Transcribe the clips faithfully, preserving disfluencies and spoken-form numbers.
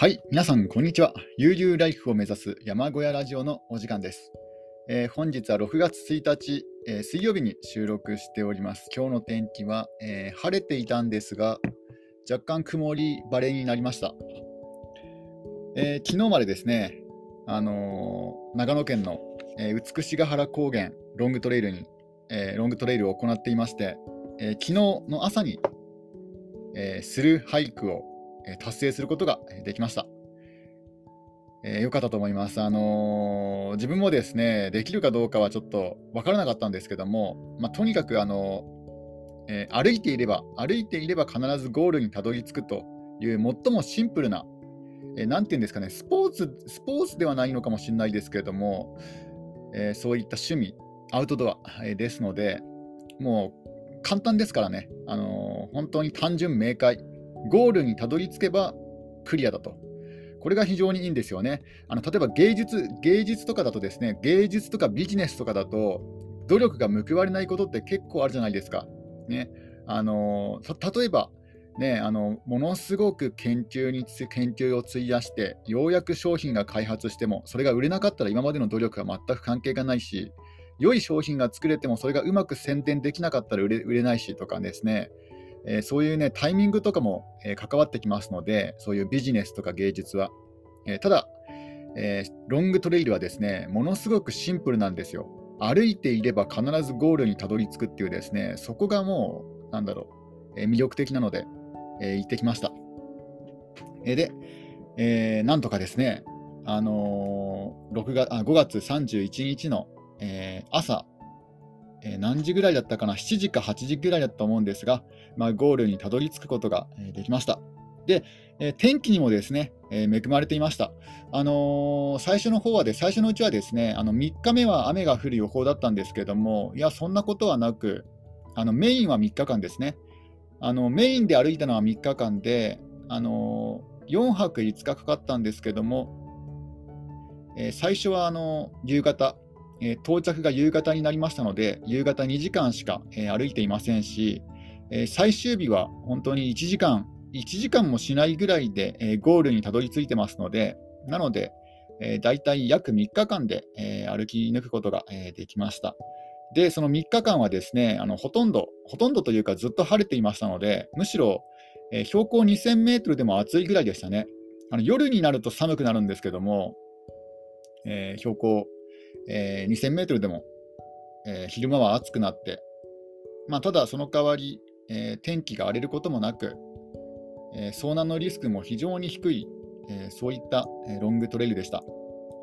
はい、皆さん、こんにちは。悠々ライフを目指す山小屋ラジオのお時間です。えー本日はろくがつついたち、えー水曜日に収録しております。今日の天気は、えー晴れていたんですが、若干曇り晴れになりました。えー昨日までですね、あのー長野県の、えー美しが原高原ロングトレイルに、えーロングトレイルを行っていまして、えー昨日の朝に、えースルーハイクを、えー達成することがえーできました。えー良かったと思います。あのー自分もですね、できるかどうかはちょっと分からなかったんですけども、まあ、とにかく、あのえー歩いていれば、歩いていれば必ずゴールにたどり着くという最もシンプルな、えーなんていうんですかね、スポーツ、スポーツではないのかもしれないですけれども、えーそういった趣味、アウトドア、えーですので、もう簡単ですからね、あのー本当に単純明快、ゴールにたどり着けばクリアだと。これが非常にいいんですよね。あの例えば芸術、芸術とかだとですね、芸術とかビジネスとかだと、努力が報われないことって結構あるじゃないですか。ね、あのた例えば、ね、あのものすごく研究につ研究を費やして、ようやく商品が開発しても、それが売れなかったら今までの努力は全く関係がないし、良い商品が作れても、それがうまく宣伝できなかったら売れ売れないしとかですね、えーそういうね、タイミングとかも、えー関わってきますので、そういうビジネスとか芸術は。えーただ、えーロングトレイルはですね、ものすごくシンプルなんですよ。歩いていれば必ずゴールにたどり着くっていうですね、そこがもう、なんだろう、えー魅力的なので、えー行ってきました。えーで、えーなんとかですね、あのー、ろくがつあごがつさんじゅういちにちの、えー朝、えー何時ぐらいだったかな、しちじかはちじぐらいだったと思うんですが、まあ、ゴールにたどり着くことがえーできました。で、えー天気にもですね、えー恵まれていました。あのー最初の方はで、最初のうちはですね、あのみっかめは雨が降る予報だったんですけども、いや、そんなことはなく、あのメインはみっかかんですね。あのメインで歩いたのはみっかかんで、あのーよんはくいつかかかったんですけども、えー最初はあの夕方、えー到着が夕方になりましたので、夕方にじかんしか、えー歩いていませんし、えー最終日は本当にいちじかん、いちじかんもしないぐらいで、えーゴールにたどり着いてますので、なので、えー、だいたい約みっかかんで、えー歩き抜くことが、えーできました。で、そのみっかかんはですね、あのほとんど、ほとんどというかずっと晴れていましたので、むしろ、えー標高にせんメートルでも暑いぐらいでしたね。あの夜になると寒くなるんですけども、えー標高、えーにせんメートルでも、えー昼間は暑くなって、まあ、ただその代わり、えー天気が荒れることもなく、えー遭難のリスクも非常に低い、えーそういった、えーロングトレイルでした。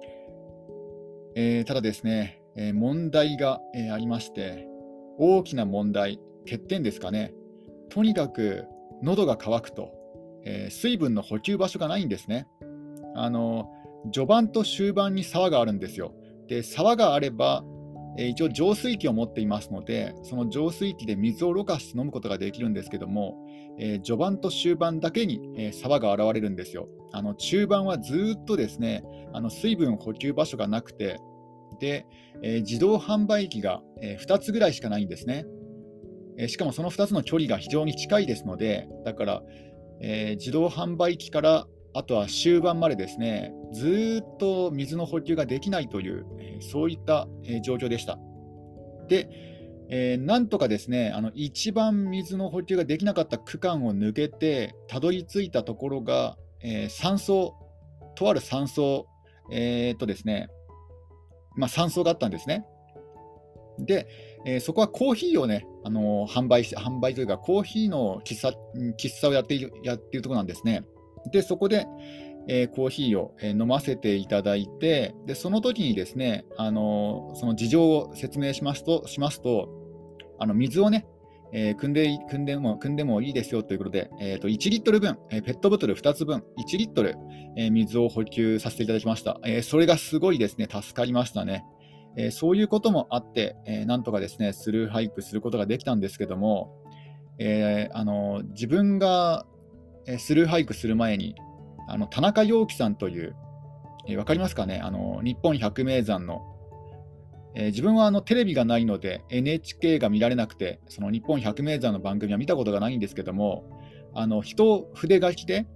えーただですね、えー問題が、えーありまして、大きな問題、欠点ですかね。とにかく喉が渇くと、えー水分の補給場所がないんですね。あの序盤と終盤に沢があるんですよ。で、沢があれば、えー一応浄水器を持っていますので、その浄水器で水をろ過して飲むことができるんですけども、えー序盤と終盤だけに、えー沢が現れるんですよ。あの中盤はずっとですね、あの水分補給場所がなくて、で、えー自動販売機が、えーふたつぐらいしかないんですね。えーしかもそのふたつの距離が非常に近いですので、だから、えー自動販売機からあとは終盤までですね、ずーっと水の補給ができないという、えーそういった、えー状況でした。で、えーなんとかですね、あの一番水の補給ができなかった区間を抜けて、たどり着いたところが、えー山荘、とある山荘、えーっとですね、まあ、山荘があったんですね。で、えーそこはコーヒーをね、あのー販売し、販売というか、コーヒーの喫茶、うん喫茶をやっている、やっているところなんですね。で、そこで、えーコーヒーを、えー飲ませていただいて、で、その時にですね、あのーその事情を説明しますと、しますと、あの水をね、えー汲んで、汲んでも、汲んでもいいですよということで、えーと、いちリットルぶん、えーペットボトルふたつぶん、いちリットル、えー水を補給させていただきました。えーそれがすごいですね、助かりましたね。えーそういうこともあって、えーなんとかですね、スルーハイクすることができたんですけども、えーあの自分がえースルーハイクする前に、あの田中陽樹さんという、えーわかりますかね、あの日本百名山の、えー自分はあのテレビがないので エヌエイチケー が見られなくて、その日本百名山の番組は見たことがないんですけども、あの人筆書きで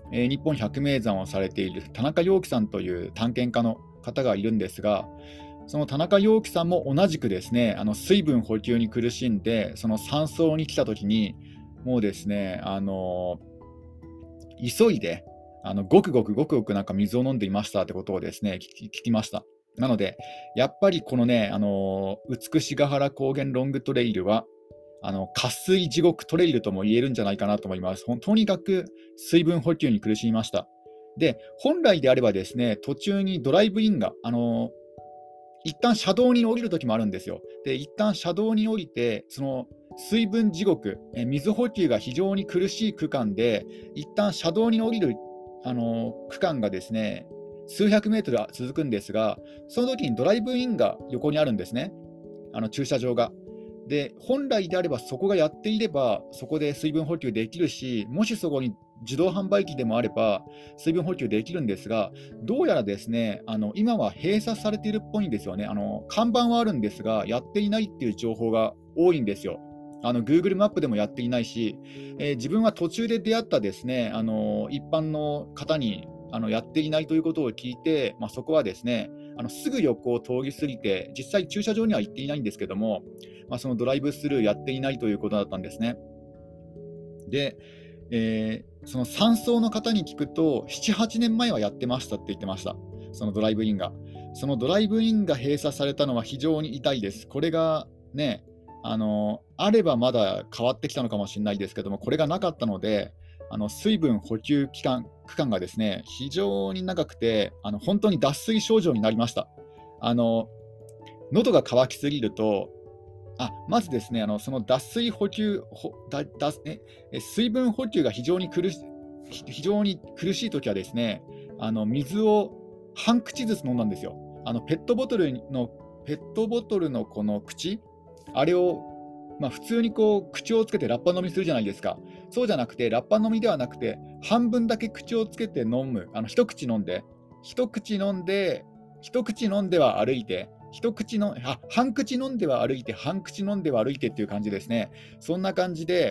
えー日本百名山をされている田中陽樹さんという探検家の方がいるんですが、その田中陽樹さんも同じくですね、あの水分補給に苦しんで、その山荘に来たときに、もうですね、あの急いで、あのごくごくごくごくなんか水を飲んでいましたってことをですね、聞き聞きました。なので、やっぱりこのね、あの美しが原高原ロングトレイルは、あの渇水地獄トレイルとも言えるんじゃないかなと思います。ほんとにかく水分補給に苦しみました。で、本来であればですね、途中にドライブインが、あの一旦車道に降りるときもあるんですよ。で、一旦車道に降りて、その水分地獄、え水補給が非常に苦しい区間で、一旦車道に降りるあの区間がですね、数百メートル続くんですが、その時にドライブインが横にあるんですね、あの駐車場が。で、本来であればそこがやっていれば、そこで水分補給できるし、もしそこに自動販売機でもあれば、水分補給できるんですが、どうやらですね、あの今は閉鎖されているっぽいんですよね。あの看板はあるんですが、やっていないっていう情報が多いんですよ。あの Google マップでもやっていないし、えー自分は途中で出会ったですね、あの一般の方にあのやっていないということを聞いて、まあ、そこはですね、あのすぐ横を通り過ぎて、実際駐車場には行っていないんですけども、まあ、そのドライブスルーやっていないということだったんですね。で、えーその山荘の方に聞くと、なな、はちねんまえはやってましたって言ってました、そのドライブインが。そのドライブインが閉鎖されたのは非常に痛いです。これがね、あのあればまだ変わってきたのかもしれないですけども、これがなかったので、あの水分補給期間区間がですね、非常に長くて、あの本当に脱水症状になりました。あの喉が渇きすぎると、あまずですね、あのその脱水補給、ほだだええ水分補給が非常に苦しひ非常に苦しいときはですね、あの水を半口ずつ飲んだんですよ。あのペットボトルのペットボトルのこの口、あれを、まあ、普通にこう口をつけてラッパ飲みするじゃないですか。そうじゃなくて、ラッパ飲みではなくて、半分だけ口をつけて飲む、あの一口飲んで、一口飲んで、一口飲んでは歩いて、一口のあ半口飲んでは歩いて、半口飲んでは歩いてっていう感じですね。そんな感じで、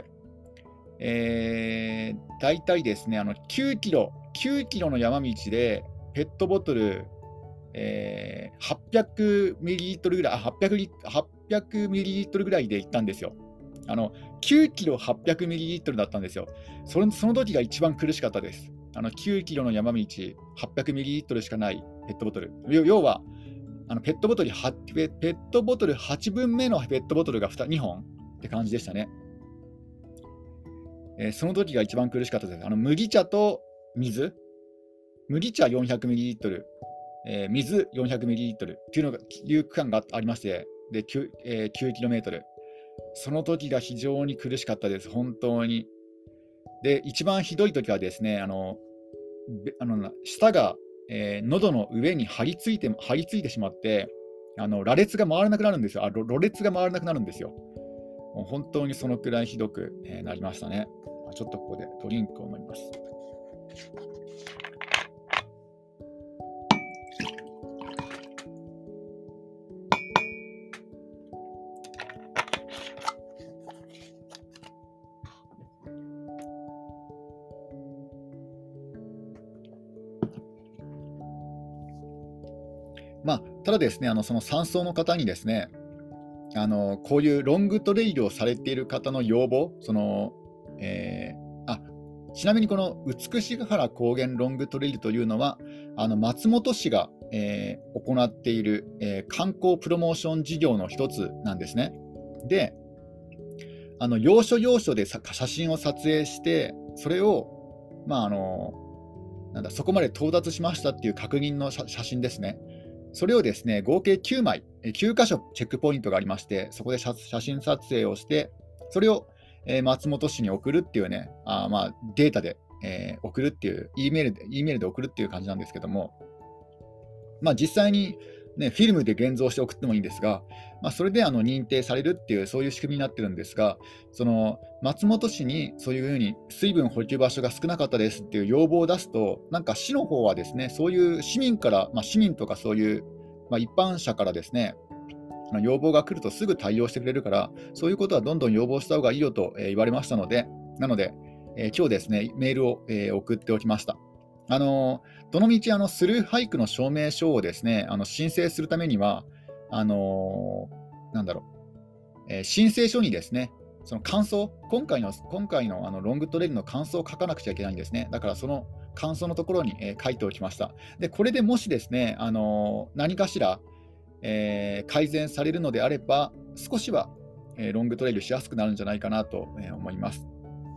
えー、大体ですね、あのきゅうキロ、きゅうキロの山道で、ペットボトル、えー、はっぴゃくミリリットルぐらい、あはっぴゃくリはっぴゃくミリリットルぐらいで行ったんですよ。あのきゅうキロはっぴゃくミリリットルだったんですよ。そのその時が一番苦しかったです。あのきゅうキロの山道、はっぴゃくミリリットルしかないペットボトル。要要は、あのペットボトルはペペットボトルはちぶんめのペットボトルが に, にほんって感じでしたね。えーその時が一番苦しかったです。あの麦茶と水、麦茶 よんひゃくミリリットル、えー水 よんひゃくミリリットル っていうのがいう区間がありまして、で きゅう,、えー、きゅうキロメートル。その時が非常に苦しかったです、本当に。で、一番ひどい時はですね、あのべあのな舌が、えー喉の上に張り付いて張り付いてしまって、あの羅列が回らなくなるんですよ。あろろれつが回らなくなるんですよ。もう本当にそのくらいひどく、えーなりましたね。ちょっとここでドリンクを飲みます。まあ、ただですね、あのその山荘の方にですね、あのこういうロングトレイルをされている方の要望、そのえーあちなみにこの美しが原高原ロングトレイルというのは、あの松本市が、えー行っている、えー観光プロモーション事業の一つなんですね。で、あの要所要所でさ写真を撮影して、それを、まああのなんだそこまで到達しましたっていう確認の写写真ですね。それをですね、合計きゅうまい、えーきゅう箇所チェックポイントがありまして、そこで写写真撮影をして、それを、えー松本市に送るっていうね、あーまあデータで、えー送るっていう、E メールで、E メールで送るっていう感じなんですけども、まあ、実際に、ね、フィルムで現像して送ってもいいんですが、まあ、それであの認定されるっていう、そういう仕組みになってるんですが、その松本市にそういうふうに水分補給場所が少なかったですっていう要望を出すと、なんか市の方はですね、そういう市民から、まあ、市民とかそういう、まあ、一般者からですね、あの要望が来るとすぐ対応してくれるから、そういうことはどんどん要望した方がいいよと、えー言われましたので、なので、 えー今日ですね、メールを、えー送っておきました。あのどのみちあのスルー俳句の証明書をですね、あの申請するためには、あのなんだろう、えー申請書にですね、その感想、今回の今回のあのロングトレイルの感想を書かなくちゃいけないんですね。だからその感想のところに、えー書いておきました。で、これでもしですね、あの何かしら、えー改善されるのであれば、少しは、えーロングトレイルしやすくなるんじゃないかなと、えー思います。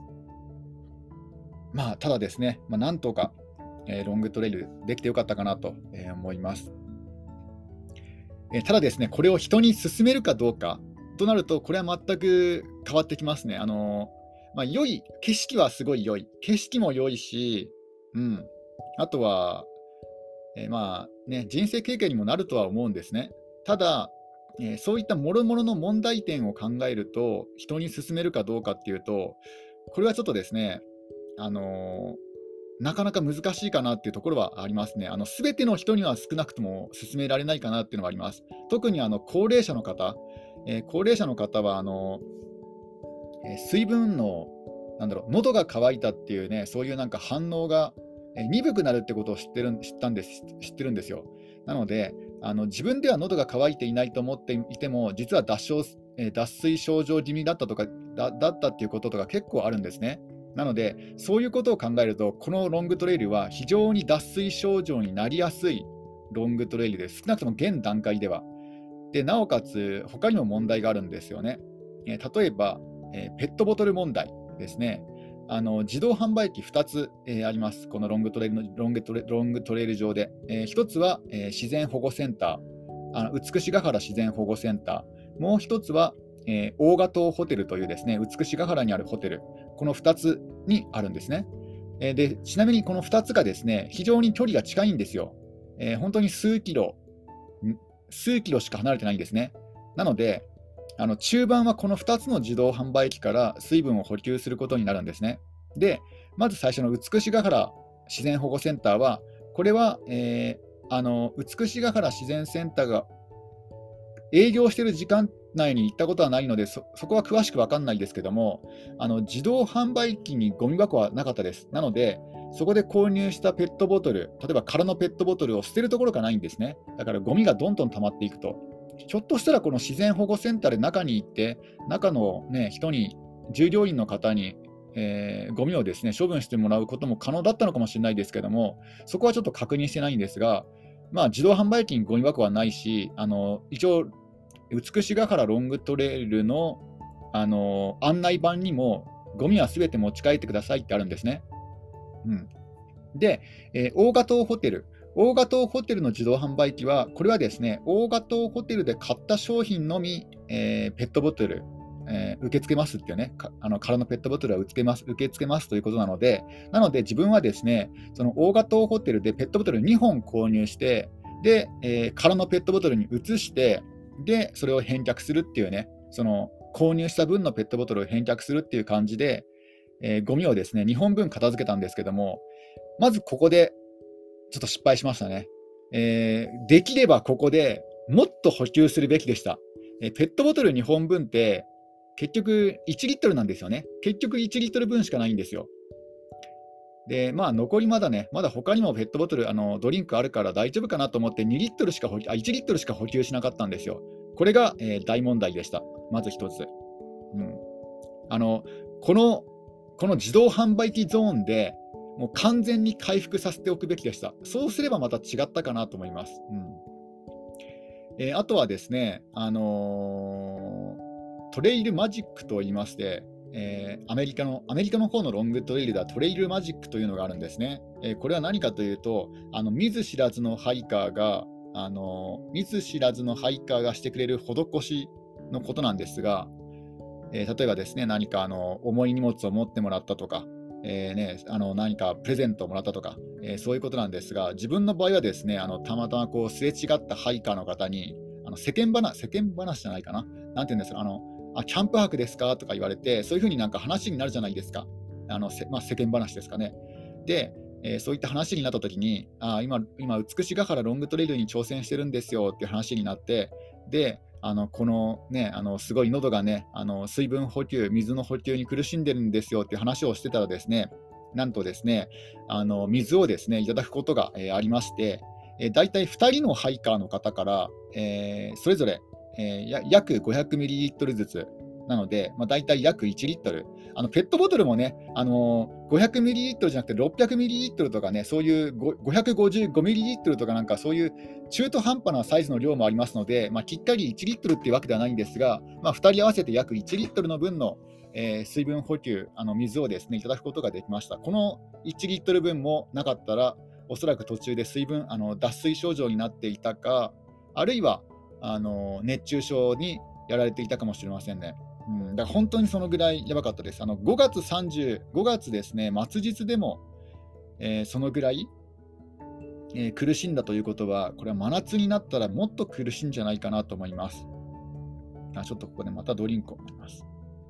まあ、ただですね、まあ、なんとか、えーロングトレイルできてよかったかなと、えー思います。えーただですね、これを人に勧めるかどうかとなると、これは全く変わってきますね。あのーまあ、良い、景色はすごい良い。景色も良いし、うん。あとは、えーまあね、人生経験にもなるとは思うんですね。ただ、えーそういった諸々の問題点を考えると、人に勧めるかどうかっていうと、これはちょっとですね、あのーなかなか難しいかなっていうところはありますね。あの、すべての人には少なくとも勧められないかなっていうのはあります。特にあの高齢者の方、えー高齢者の方はあの、えー水分の、なんだろう、喉が渇いたっていうね、そういうなんか反応が、えー鈍くなるってことを知ってるん知ったんです知ってるんですよ。なので、あの自分では喉が渇いていないと思っていても、実は脱症、えー脱水症状気味だったとかだ、だったっていうこととか結構あるんですね。なので、そういうことを考えると、このロングトレイルは非常に脱水症状になりやすいロングトレイルです。少なくとも現段階では。で、なおかつ、他にも問題があるんですよね。えー例えば、えーペットボトル問題ですね。あの自動販売機ふたつ、えーあります。このロングトレイルのロングトレロングトレイル上で。えーひとつは、えー自然保護センター、あの美しが原自然保護センター。もうひとつは、えー大賀島ホテルというですね、美しが原にあるホテル。このふたつにあるんですね。えーで、ちなみにこのふたつがですね、非常に距離が近いんですよ。えー本当に数キロ、数キロしか離れてないんですね。なので、あの中盤はこのふたつの自動販売機から水分を補給することになるんですね。で、まず最初の美しが原自然保護センターは、これは、えーあの美しが原自然センターが営業している時間内に行ったことはないので、そ、そこは詳しく分かんないですけども、あの自動販売機にゴミ箱はなかったです。なので、そこで購入したペットボトル、例えば空のペットボトルを捨てるところがないんですね。だからゴミがどんどん溜まっていくと。ひょっとしたらこの自然保護センターで中に行って、中の、ね、人に、従業員の方に、えーゴミをですね処分してもらうことも可能だったのかもしれないですけども、そこはちょっと確認してないんですが、まあ、自動販売機にゴミ箱はないし、あの一応、美しが原ロングトレイルの、あの案内板にも、ゴミはすべて持ち帰ってくださいってあるんですね。うん、で、えー大賀島ホテル。大賀島ホテルの自動販売機は、これはですね、大賀島ホテルで買った商品のみ、えーペットボトル、えー受け付けますっていうね、かあの空のペットボトルは受け付けます、受け付けますということなので、なので自分はですね、その大賀島ホテルでペットボトルにほん購入して、で、えー空のペットボトルに移して、で、それを返却するっていうね、その購入した分のペットボトルを返却するっていう感じで、えーゴミをですね、にほんぶん片付けたんですけども、まずここでちょっと失敗しましたね。えーできればここでもっと補給するべきでした。えーペットボトルにほんぶんって結局いちリットルなんですよね。結局いちリットルぶんしかないんですよ。で、まあ残りまだね、まだ他にもペットボトル、あのドリンクあるから大丈夫かなと思ってにリットルしか補給、あ、いちリットルしか補給しなかったんですよ。これが、えー大問題でした。まず一つ。うん。あの、この、この自動販売機ゾーンでもう完全に回復させておくべきでした。そうすればまた違ったかなと思います。うんえーあとはですね、あのートレイルマジックと言いまして、えーアメリカの、アメリカの方のロングトレイルではトレイルマジックというのがあるんですね。えーこれは何かというと、あの見ず知らずのハイカーが、あのー見ず知らずのハイカーがしてくれる施しのことなんですが、えー例えばですね、何かあの重い荷物を持ってもらったとか、えーね、あの何かプレゼントをもらったとか、えーそういうことなんですが、自分の場合はですね、あのたまたまこうすれ違ったハイカーの方に、あの世間話、世間話じゃないかな、なんていうんですか、あのあキャンプ泊ですかとか言われて、そういうふうになんか話になるじゃないですか、あのせまあ、世間話ですかね。で、えーそういった話になったときに、あ今、今、美しが原ロングトレイルに挑戦してるんですよっていう話になって、で、 あのこのね、あのすごい喉がね、あの水分補給、水の補給に苦しんでるんですよっていう話をしてたらですね、なんとですね、あの水をですねいただくことが、えーありまして、えー、大体ふたりのハイカーの方から、えーそれぞれ、えーや約 ごひゃくミリリットル ずつなので、まあ、大体約いちリットル。あのペットボトルもね、あのーごひゃくミリリットルじゃなくてろっぴゃくミリリットルとかね、そういうご ごひゃくごじゅうごミリリットルとかなんかそういう中途半端なサイズの量もありますので、まあ、きっかりいちリットルっていうわけではないんですが、まあ、ふたり合わせて約いちリットルの分の、えー水分補給、あの水をですねいただくことができました。このいちリットル分もなかったら、おそらく途中で水分あの脱水症状になっていたか、あるいはあの熱中症にやられていたかもしれませんね。うん、だから本当にそのぐらいやばかったです。あのごがつさんじゅう、ごがつですね、末日でも、えーそのぐらい、えー苦しんだということは、これは真夏になったらもっと苦しいんじゃないかなと思います。あ、ちょっとここでまたドリンクを飲みます。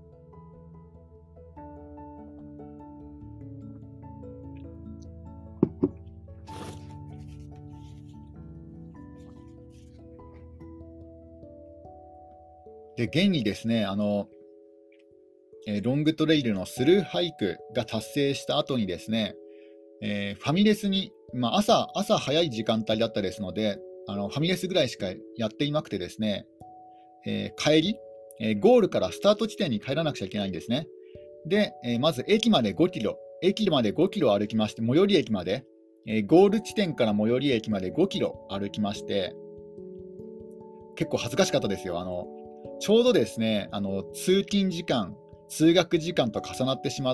で、現にですね、あの、えーロングトレイルのスルーハイクが達成した後にですね、えーファミレスに、まあ、朝、朝早い時間帯だったですので、あのファミレスぐらいしかやっていなくてですね、えー帰り、えーゴールからスタート地点に帰らなくちゃいけないんですね。で、えーまず駅までごキロ、駅までごキロ歩きまして、最寄り駅まで、えーゴール地点から最寄り駅までごキロ歩きまして、結構恥ずかしかったですよ。あのちょうどですね、あの通勤時間、通学時間と重なってしまって、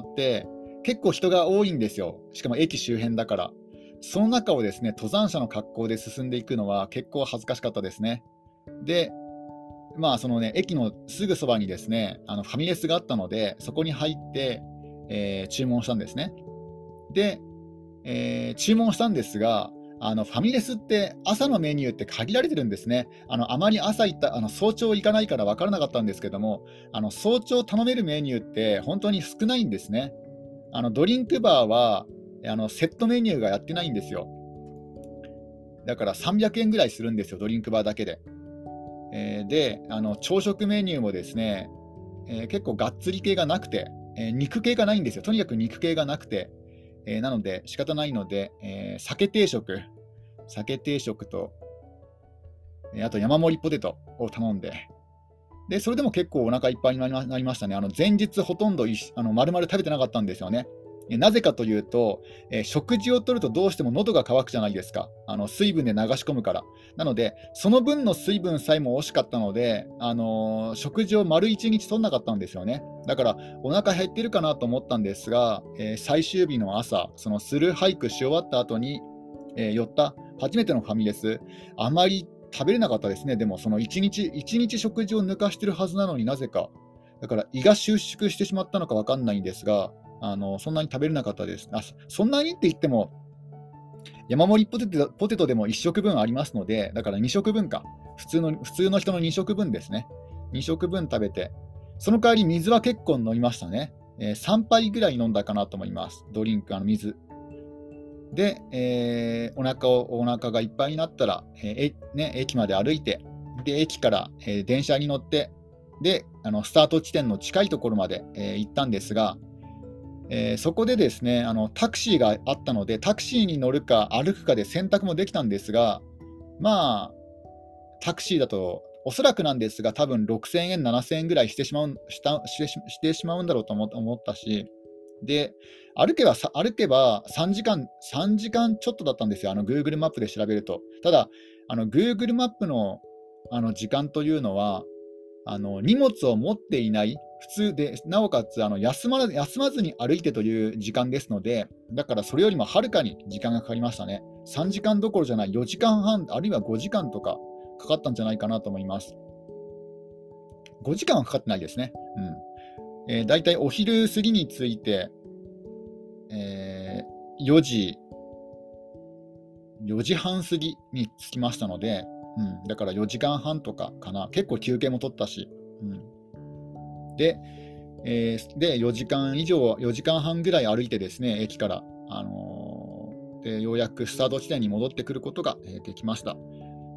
結構人が多いんですよ。しかも駅周辺だから。その中をですね、登山者の格好で進んでいくのは結構恥ずかしかったですね。で、まあそのね、駅のすぐそばにですね、あのファミレスがあったので、そこに入って、えー注文したんですね。で、えー注文したんですが、あのファミレスって朝のメニューって限られてるんですね。あのあまり朝行ったあの早朝行かないから分からなかったんですけども、あの早朝頼めるメニューって本当に少ないんですね。あのドリンクバーはあのセットメニューがやってないんですよ。だからさんびゃくえんぐらいするんですよ、ドリンクバーだけで。えーで、あの朝食メニューもですね、えー結構がっつり系がなくて、えー肉系がないんですよ。とにかく肉系がなくて、えーなので仕方ないので、えー鮭定食、鮭定食と、えーあと山盛りポテトを頼んで、で、それでも結構お腹いっぱいになりまなりましたね。あの前日ほとんどいしあの丸々食べてなかったんですよね。えなぜかというと、えー食事をとるとどうしても喉が渇くじゃないですか。あの水分で流し込むから。なので、その分の水分さえも惜しかったので、あのー食事を丸いちにち取んなかったんですよね。だから、お腹減ってるかなと思ったんですが、えー最終日の朝、そのスルーハイクし終わった後に、えー寄った初めてのファミレス、あまり食べれなかったですね。でも、そのいちにち、いちにち食事を抜かしてるはずなのになぜか。だから、胃が収縮してしまったのか分かんないんですが、あのそんなに食べれなかったです。あそんなにって言っても、山盛りポテトポテトでもいっ食分ありますので、だからに食分か。普通の普通の人のに食分ですね。に食分食べて、その代わり水は結構飲みましたね。えーさんはいぐらい飲んだかなと思います。ドリンク、あの水。で、えーお腹をお腹がいっぱいになったら、えーえね、駅まで歩いて、で駅から、えー電車に乗って、であのスタート地点の近いところまで、えー行ったんですが、えーそこでですね、あのタクシーがあったので、タクシーに乗るか歩くかで選択もできたんですが、まあ、タクシーだと、おそらくなんですが、多分ろくせんえん、ななせんえんぐらいしてしまうしたしてししてしまうんだろうと思思ったし、で、歩けばさ歩けばさんじかん、さんじかんちょっとだったんですよ、あの Google マップで調べると。ただ、あの Google マップのあの時間というのは、あの荷物を持っていない、普通で、なおかつあの休まら休まずに歩いてという時間ですので、だからそれよりもはるかに時間がかかりましたね。さんじかんどころじゃない、よじかんはん、あるいはごじかんとかかかったんじゃないかなと思います。ごじかんはかかってないですね。うんえー、だいたいお昼過ぎに着いて、えーよじ、よじはん過ぎに着きましたので、うん、だからよじかんはんとかかな。結構休憩も取ったし。うん、で、えーで、よじかん以上、よじかんはんぐらい歩いてですね、駅から、あのーでようやくスタート地点に戻ってくることが、えーできました。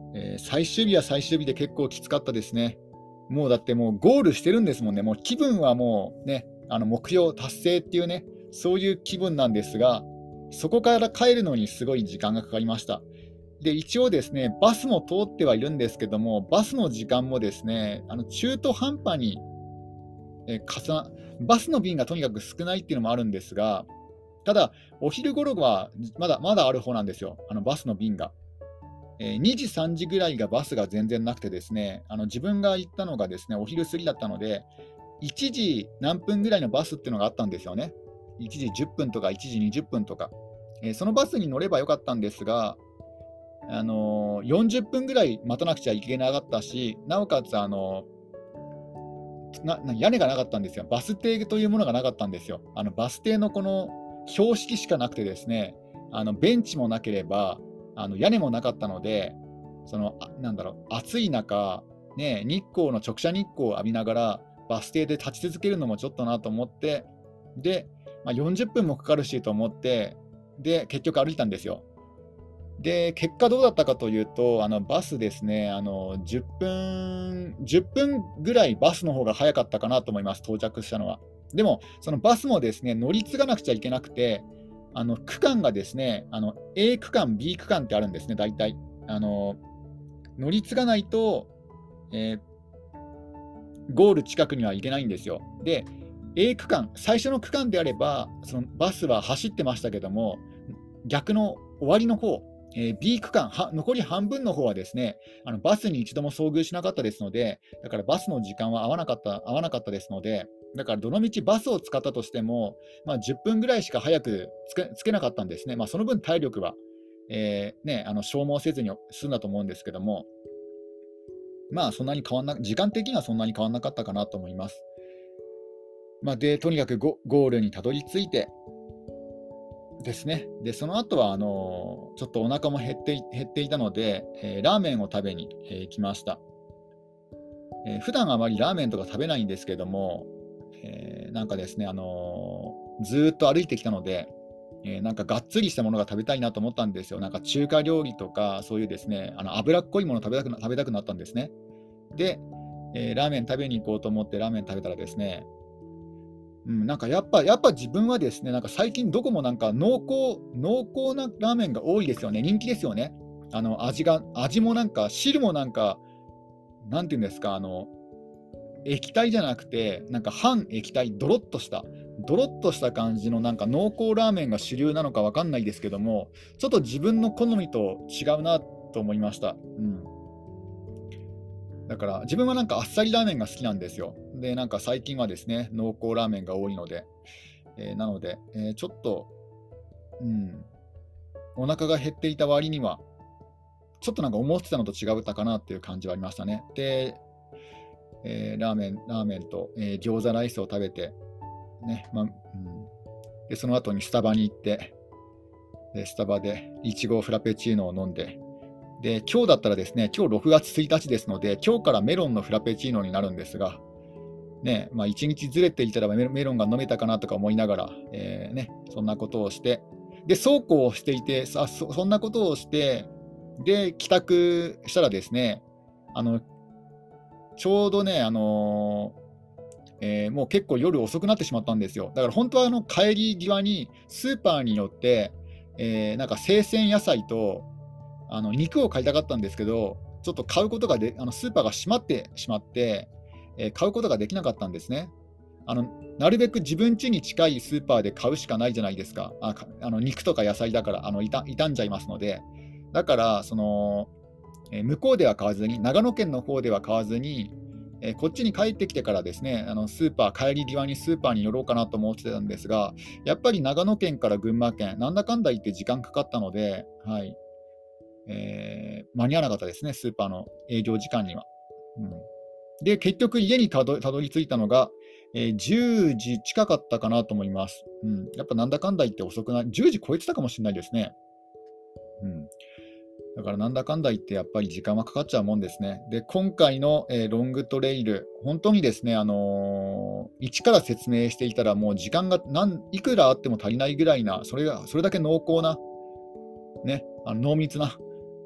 えー最終日は最終日で結構きつかったですね。もうだってもうゴールしてるんですもんね。もう気分はもうね、あの目標達成っていうね、そういう気分なんですが、そこから帰るのにすごい時間がかかりました。で、一応ですね、バスも通ってはいるんですけども、バスの時間もですね、あの中途半端に、えー重な、バスの便がとにかく少ないっていうのもあるんですが、ただ、お昼頃はまだまだある方なんですよ、あのバスの便が。えーにじ、さんじぐらいがバスが全然なくてですね、あの自分が行ったのがですね、お昼過ぎだったので、いちじ何分ぐらいのバスっていうのがあったんですよね。いちじじゅっぷんとかいちじにじゅっぷんとか。えーそのバスに乗ればよかったんですが、あのーよんじゅっぷんぐらい待たなくちゃいけなかったし、なおかつ、あのーなな屋根がなかったんですよ。バス停というものがなかったんですよ。あのバス停のこの標識しかなくてですね、あのベンチもなければ、あの屋根もなかったので、そのあなんだろう、暑い中、ね、日光の直射日光を浴びながら、バス停で立ち続けるのもちょっとなと思って、で、まあ、よんじゅっぷんもかかるしと思って、で、結局歩いたんですよ。で、結果どうだったかというと、あのバスですね、あのじゅっぷん、じゅっぷんぐらいバスの方が早かったかなと思います、到着したのは。でも、そのバスもですね、乗り継がなくちゃいけなくて、あの区間がですね、あの A 区間、B 区間ってあるんですね、大体。あの乗り継がないと、えーゴール近くには行けないんですよ。で、A 区間、最初の区間であれば、そのバスは走ってましたけども、逆の終わりの方、えー B 区間は、残り半分の方はですね、あのバスに一度も遭遇しなかったですので、だからバスの時間は合わなかった、合わなかったですので、だからどのみちバスを使ったとしても、まあ、じゅっぷんぐらいしか早くつけつけなかったんですね。まあ、その分体力は、えーね、あの消耗せずに済んだと思うんですけども、まあそんなに変わんな、時間的にはそんなに変わんなかったかなと思います。まあ、で、とにかくゴゴールにたどり着いてですね。で、その後はあのちょっとお腹も減ってい減っていたので、えーラーメンを食べに、えー来ました。えー普段あまりラーメンとか食べないんですけども、えーなんかですね、あのーずーっと歩いてきたので、えーなんかがっつりしたものが食べたいなと思ったんですよ。なんか中華料理とか、そういうですね、あの脂っこいものを食べたくな食べたくなったんですね。で、えーラーメン食べに行こうと思ってラーメン食べたらですね、うん、なんかやっぱやっぱ自分はですね、なんか最近どこもなんか濃厚濃厚なラーメンが多いですよね。人気ですよね。あの味が味もなんか汁もなんか、なんていうんですか、あの液体じゃなくて、なんか半液体、ドロッとした、ドロッとした感じのなんか濃厚ラーメンが主流なのかわかんないですけども、ちょっと自分の好みと違うなと思いました。うん。だから自分はなんかあっさりラーメンが好きなんですよ。で、なんか最近はですね、濃厚ラーメンが多いので、えーなので、えーちょっと、うん、お腹が減っていた割には、ちょっとなんか思ってたのと違ったかなっていう感じはありましたね。で、えーラーメン、ラーメンと、えー餃子ライスを食べて、ね、まあうん、で、その後にスタバに行って、でスタバでいちごフラペチーノを飲んで、で、今日だったらですね、今日ろくがつついたちですので、今日からメロンのフラペチーノになるんですが、ね、まあ、いちにちずれていたらメロメロンが飲めたかなとか思いながら、えーね、そんなことをして、で、そうこうをしていて、さそそんなことをして、で、帰宅したらですね、あのちょうどね、あのえーもう結構夜遅くなってしまったんですよ。だから本当はあの帰り際にスーパーに寄って、えーなんか生鮮野菜とあの肉を買いたかったんですけど、ちょっと買うことがで、あのスーパーが閉まってしまって、えー買うことができなかったんですね。あのなるべく自分家に近いスーパーで買うしかないじゃないですか。あかあの肉とか野菜だからあの傷傷んじゃいますので。だから、その、えー向こうでは買わずに、長野県の方では買わずに、えーこっちに帰ってきてからですね、あのスーパー、帰り際にスーパーに寄ろうかなと思ってたんですが、やっぱり長野県から群馬県、なんだかんだ言って時間かかったので、はい、えー間に合わなかったですね、スーパーの営業時間には。うん、で、結局家にたどたどり着いたのが、えーじゅうじ近かったかなと思います。うん、やっぱなんだかんだ言って遅くなじゅうじ超えてたかもしれないですね。うん、だからなんだかんだ言ってやっぱり時間はかかっちゃうもんですね。で、今回の、えーロングトレイル、本当にですね、あのー一から説明していたらもう時間がなんいくらあっても足りないぐらいな、それがそれだけ濃厚な、ね、あの濃密な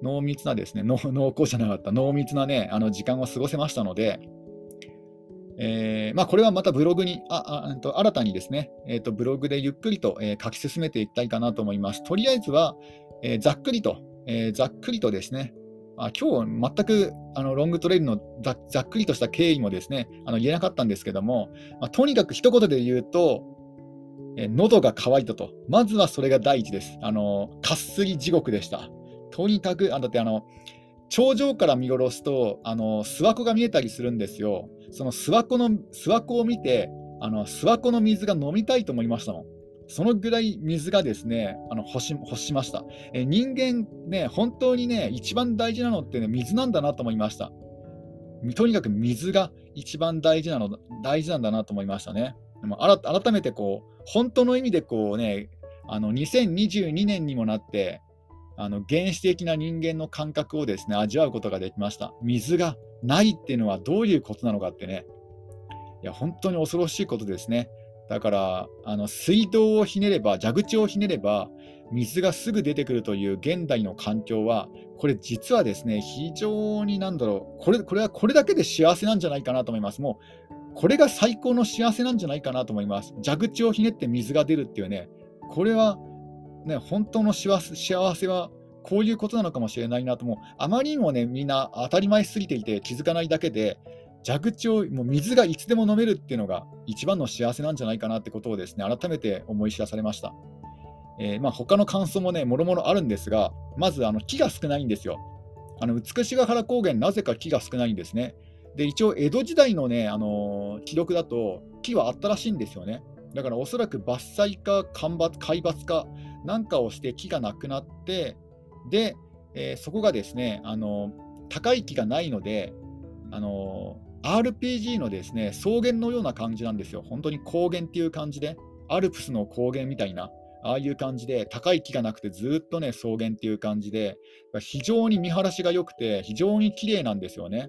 濃密なですね、濃濃厚じゃなかった、濃密なね、あの時間を過ごせましたので、えーまあ、これはまたブログに、ああうんと新たにですね、えーと、ブログでゆっくりと、えー書き進めていきたいかなと思います。とりあえずは、えーざっくりと、えーざっくりとですね、あ今日全くあのロングトレイルのざざっくりとした経緯もですね、あの言えなかったんですけども、まあ、とにかく一言で言うと、えー喉が渇いたと、まずはそれが第一です。あのかっすり地獄でした。とにかく、あだってあの頂上から見下ろすと、あの諏訪湖が見えたりするんですよ。その諏訪湖の諏訪湖を見て、あの諏訪湖の水が飲みたいと思いましたもん。そのぐらい水がですね、あの欲し欲しました。え人間ね、本当にね、一番大事なのってね、水なんだなと思いました。とにかく水が一番大事なの大事なんだなと思いましたね。でも改めてこう、本当の意味でこうね、あのにせんにじゅうにねんにもなって、あの原始的な人間の感覚をですね、味わうことができました。水がないっていうのはどういうことなのかってね、いや、本当に恐ろしいことですね。だから、あの水道をひねれば、蛇口をひねれば、水がすぐ出てくるという現代の環境は、これ実はですね、非常になんだろう、これ、これはこれだけで幸せなんじゃないかなと思います。もう、これが最高の幸せなんじゃないかなと思います。蛇口をひねって水が出るっていうね、これはね、本当の幸せ幸せはこういうことなのかもしれないなと、もうあまりにもね、みんな当たり前すぎていて気づかないだけで、蛇口をもう水がいつでも飲めるっていうのが一番の幸せなんじゃないかなってことをですね、改めて思い知らされました。えー、まあ他の感想もね、もろもろあるんですが、まずあの木が少ないんですよ。あの美しが原高原、なぜか木が少ないんですね。で、一応江戸時代のね、あのー記録だと木はあったらしいんですよね。だからおそらく伐採か間伐海抜かなんかをして木がなくなって、で、えーそこがですね、あの高い木がないので、あの アールピージー のですね、草原のような感じなんですよ。本当に高原っていう感じで、アルプスの高原みたいな、ああいう感じで、高い木がなくてずっとね、草原っていう感じで、非常に見晴らしが良くて、非常に綺麗なんですよね。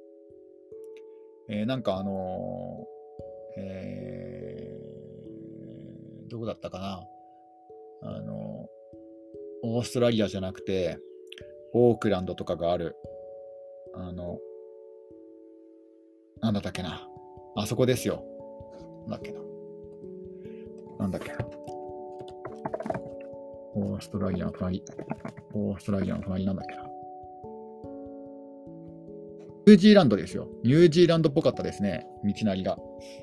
えーなんかあのーえーどこだったかな、あのオーストラリアじゃなくて、オークランドとかがある、あの、なんだったっけな、あそこですよ。なんだっけな、なんだっけな、オーストラリアの隣、オーストラリアの隣なんだっけな、ニュージーランドですよ。ニュージーランドっぽかったですね、道なりが。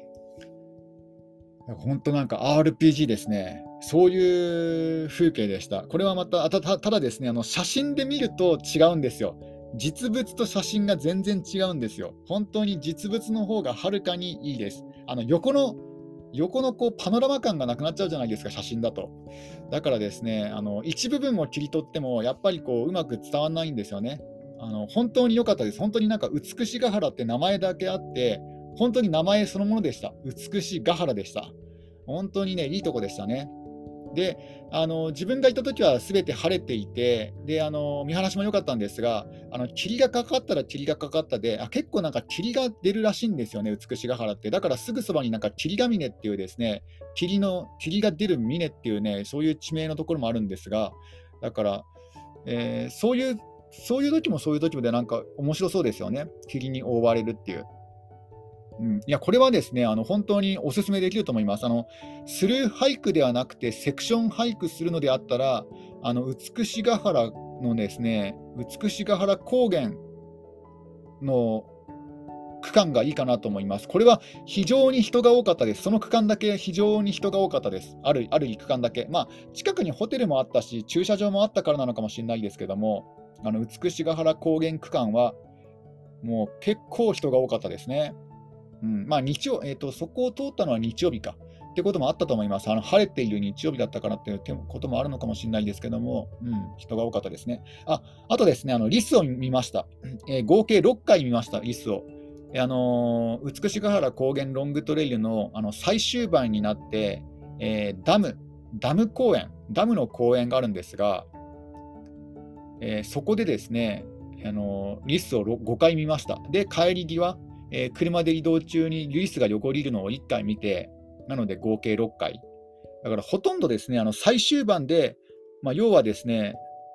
本当なんか アールピージー ですね。そういう風景でした。これはまた、たたただですね、あの写真で見ると違うんですよ。実物と写真が全然違うんですよ。本当に実物の方がはるかにいいです。あの横の横のこうパノラマ感がなくなっちゃうじゃないですか、写真だと。だからですね、あの一部分を切り取っても、やっぱりこううまく伝わらないんですよね。あの本当に良かったです。本当になんか美しが原って名前だけあって、本当に名前そのものでした。美しが原でした。本当にね、いいとこでしたね。で、あの自分が行った時はすべて晴れていて、であの見晴らしも良かったんですが、あの霧がかかったら霧がかかったで、あ結構なんか霧が出るらしいんですよね、美しが原って。だからすぐそばになんか霧ヶ峰っていうですね、霧の霧が出る峰っていうね、そういう地名のところもあるんですが、だから、えーそういうそういう時もそういう時もでなんか面白そうですよね。霧に覆われるっていう。うん、いや、これはですね、あの本当にお勧めできると思います。あのスルー俳句ではなくて、セクション俳句するのであったら、あの美しが原のですね、美しが原高原の区間がいいかなと思います。これは非常に人が多かったです。その区間だけ非常に人が多かったです。ある、ある区間だけ。まあ、近くにホテルもあったし、駐車場もあったからなのかもしれないですけども、あの美しが原高原区間は、もう結構人が多かったですね。うんまあ、日曜、えーと、そこを通ったのは日曜日かってこともあったと思います。あの晴れている日曜日だったからっていうこともあるのかもしれないですけども、うん、人が多かったですね。ああとですね、あのリスを見ました、えー合計ろっかい見ました、リスを。えーあのー美しが原高原ロングトレイルの、あの最終盤になって、えーダム、ダム公園、ダムの公園があるんですが、えーそこでですね、あのリスをごかい見ました。で、帰り際、えー車で移動中にリスが横切るのをいっかい見て、なので合計ろっかい。だからほとんどですね、あの最終盤で、まあ、要はですね、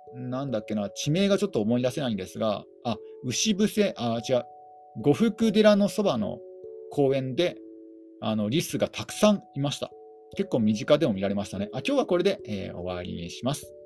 なんだっけな、地名がちょっと思い出せないんですが、あ、牛伏せ、あ、違う、呉服寺のそばの公園で、あのリスがたくさんいました。結構身近でも見られましたね。あ、今日はこれで、えー終わりにします。